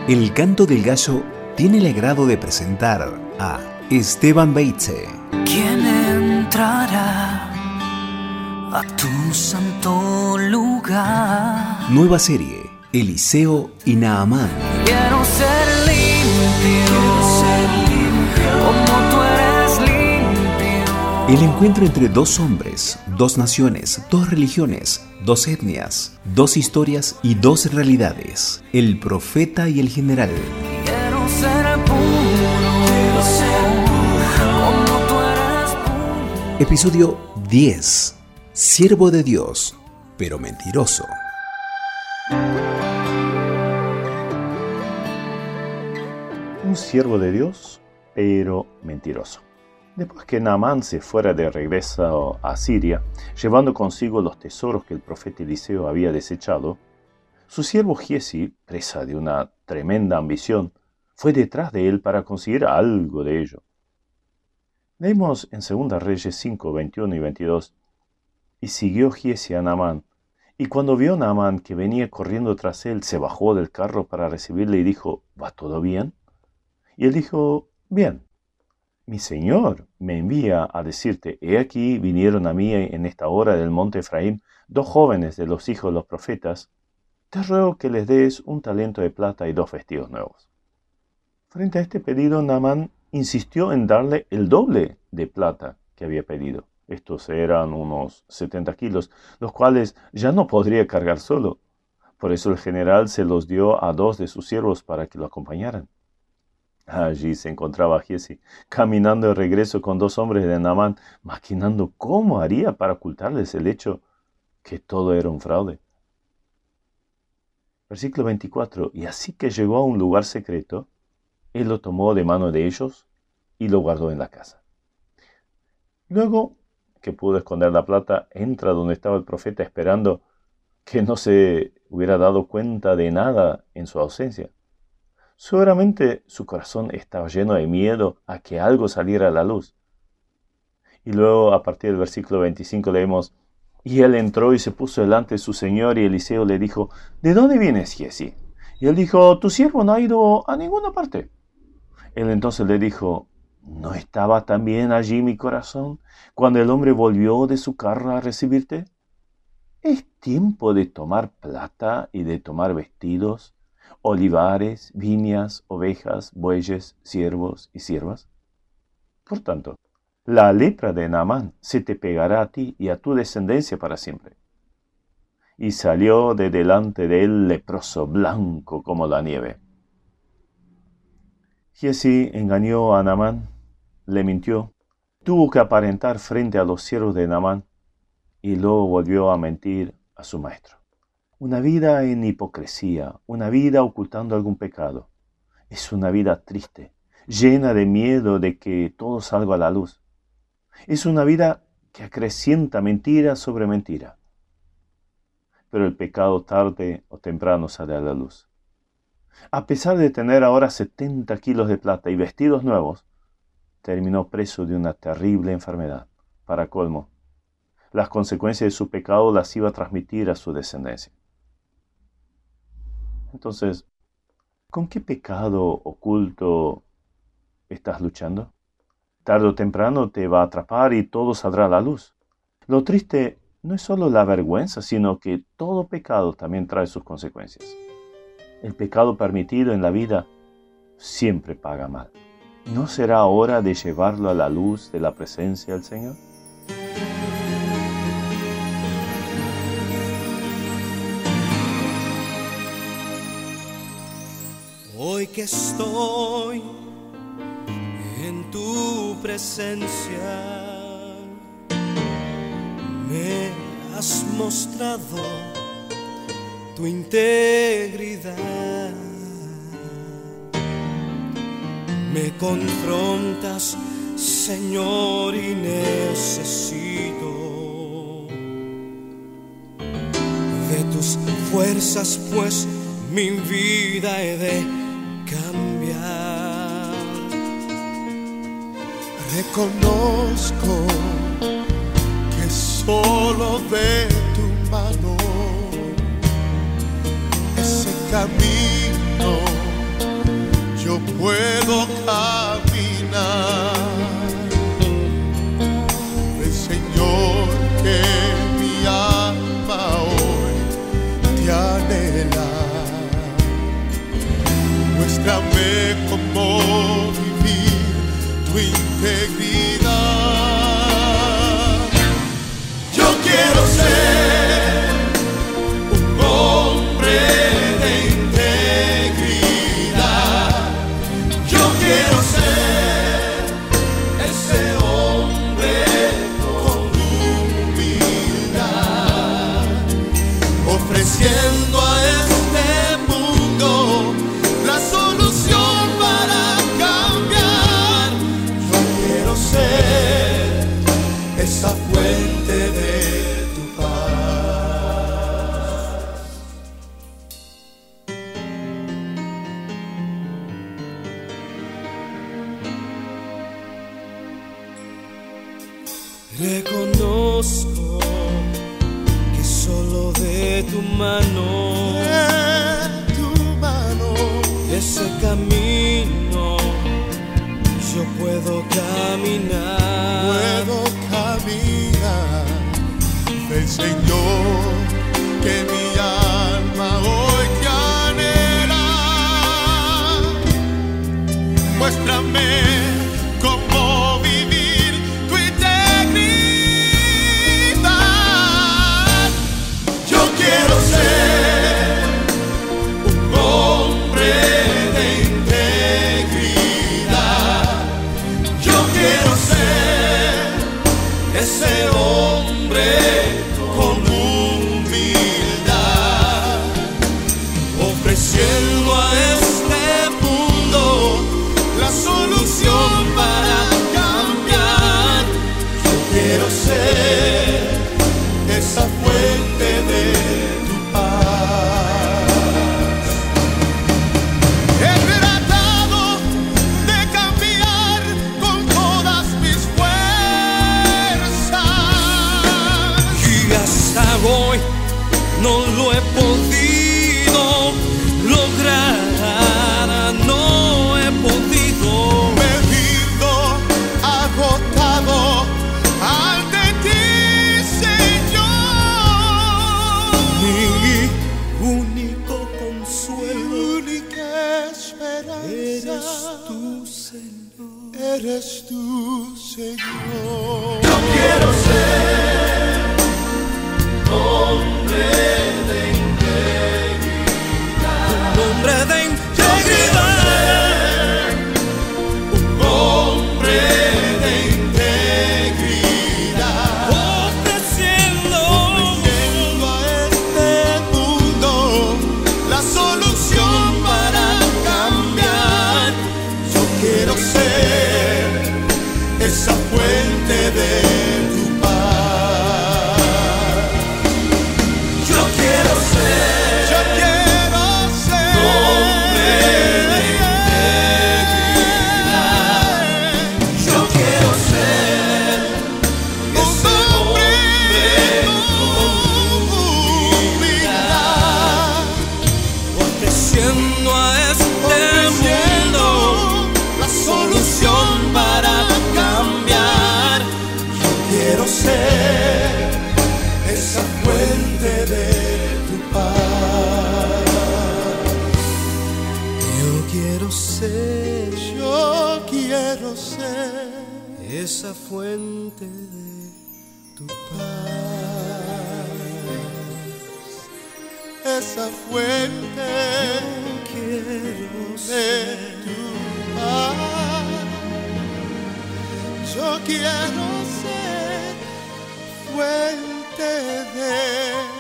El Canto del Gallo tiene el agrado de presentar a Esteban Beitze. ¿Quién entrará a tu santo lugar? Nueva serie, Eliseo y Naamán. Quiero ser limpio, como tú eres limpio. El encuentro entre dos hombres, dos naciones, dos religiones, dos etnias, dos historias y dos realidades. El profeta y el general. Quiero ser puro, como tú eres puro. Episodio 10. Siervo de Dios, pero mentiroso. Un siervo de Dios, pero mentiroso. Después que Naamán se fuera de regreso a Siria, llevando consigo los tesoros que el profeta Eliseo había desechado, su siervo Giesi, presa de una tremenda ambición, fue detrás de él para conseguir algo de ello. Leemos en 2 Reyes 5, 21 y 22. Y siguió Giesi a Naamán, y cuando vio Naamán que venía corriendo tras él, se bajó del carro para recibirle y dijo: ¿Va todo bien? Y él dijo: bien. Mi señor me envía a decirte: he aquí vinieron a mí en esta hora del monte Efraín 2 jóvenes de los hijos de los profetas. Te ruego que les des 1 talento de plata y 2 vestidos nuevos. Frente a este pedido, Naamán insistió en darle el doble de plata que había pedido. Estos eran unos 70 kilos, los cuales ya no podría cargar solo. Por eso el general se los dio a 2 de sus siervos para que lo acompañaran. Allí se encontraba Giesi, caminando de regreso con 2 hombres de Naamán, maquinando cómo haría para ocultarles el hecho que todo era un fraude. Versículo 24. Y así que llegó a un lugar secreto, él lo tomó de mano de ellos y lo guardó en la casa. Luego que pudo esconder la plata, entra donde estaba el profeta esperando que no se hubiera dado cuenta de nada en su ausencia. Seguramente su corazón estaba lleno de miedo a que algo saliera a la luz. Y luego, a partir del versículo 25, leemos: y él entró y se puso delante de su señor, y Eliseo le dijo: ¿de dónde vienes, Giesi? Y él dijo: tu siervo no ha ido a ninguna parte. Él entonces le dijo: ¿no estaba también allí mi corazón cuando el hombre volvió de su carro a recibirte? ¿Es tiempo de tomar plata y de tomar vestidos, olivares, viñas, ovejas, bueyes, siervos y siervas? Por tanto, la lepra de Naamán se te pegará a ti y a tu descendencia para siempre. Y salió de delante de él leproso, blanco como la nieve. Giesi engañó a Naamán, le mintió, tuvo que aparentar frente a los siervos de Naamán y luego volvió a mentir a su maestro. Una vida en hipocresía, una vida ocultando algún pecado, es una vida triste, llena de miedo de que todo salga a la luz. Es una vida que acrecienta mentira sobre mentira. Pero el pecado tarde o temprano sale a la luz. A pesar de tener ahora 70 kilos de plata y vestidos nuevos, terminó preso de una terrible enfermedad. Para colmo, las consecuencias de su pecado las iba a transmitir a su descendencia. Entonces, ¿con qué pecado oculto estás luchando? Tarde o temprano te va a atrapar y todo saldrá a la luz. Lo triste no es solo la vergüenza, sino que todo pecado también trae sus consecuencias. El pecado permitido en la vida siempre paga mal. ¿No será hora de llevarlo a la luz de la presencia del Señor? Hoy que estoy en tu presencia, me has mostrado tu integridad. Me confrontas, Señor, y necesito de tus fuerzas, pues mi vida he de cambiar. Reconozco que solo de tu mano ese camino ofreciendo a este mundo la solución para cambiar. Yo quiero ser esa fuente de tu paz. Reconozco que solo de tu mano, ese camino yo puedo caminar. Puedo caminar. Ven, Señor, que mi alma hoy te anhela. Muéstrame cómo vivir tu integridad. Yo quiero ser un hombre de integridad. Yo quiero ser ese hombre con humildad, ofreciendo a este mundo la solución para cambiar. Yo quiero ser esa fuente de tu paz. He tratado de cambiar con todas mis fuerzas Y hasta hoy no lo he podido lograr, no he podido. me he visto agotado ante ti, Señor. Mi único consuelo, Mi única esperanza eres tú, Señor. eres tú, Señor. Yo quiero ser hombre de integridad. Un hombre de integridad, Un hombre de integridad, ofreciendo ofreciendo a este mundo la solución para cambiar. Yo quiero ser esa fuente de tu paz. Yo quiero ser Yo quiero ser hombre de integridad. Yo quiero ser ese hombre con humildad, ofreciendo a este mundo la solución para cambiar. Yo quiero ser esa fuente de tu paz. Yo quiero ser esa fuente de tu paz, esa fuente quiero de ser. tu paz. Yo quiero ser fuente de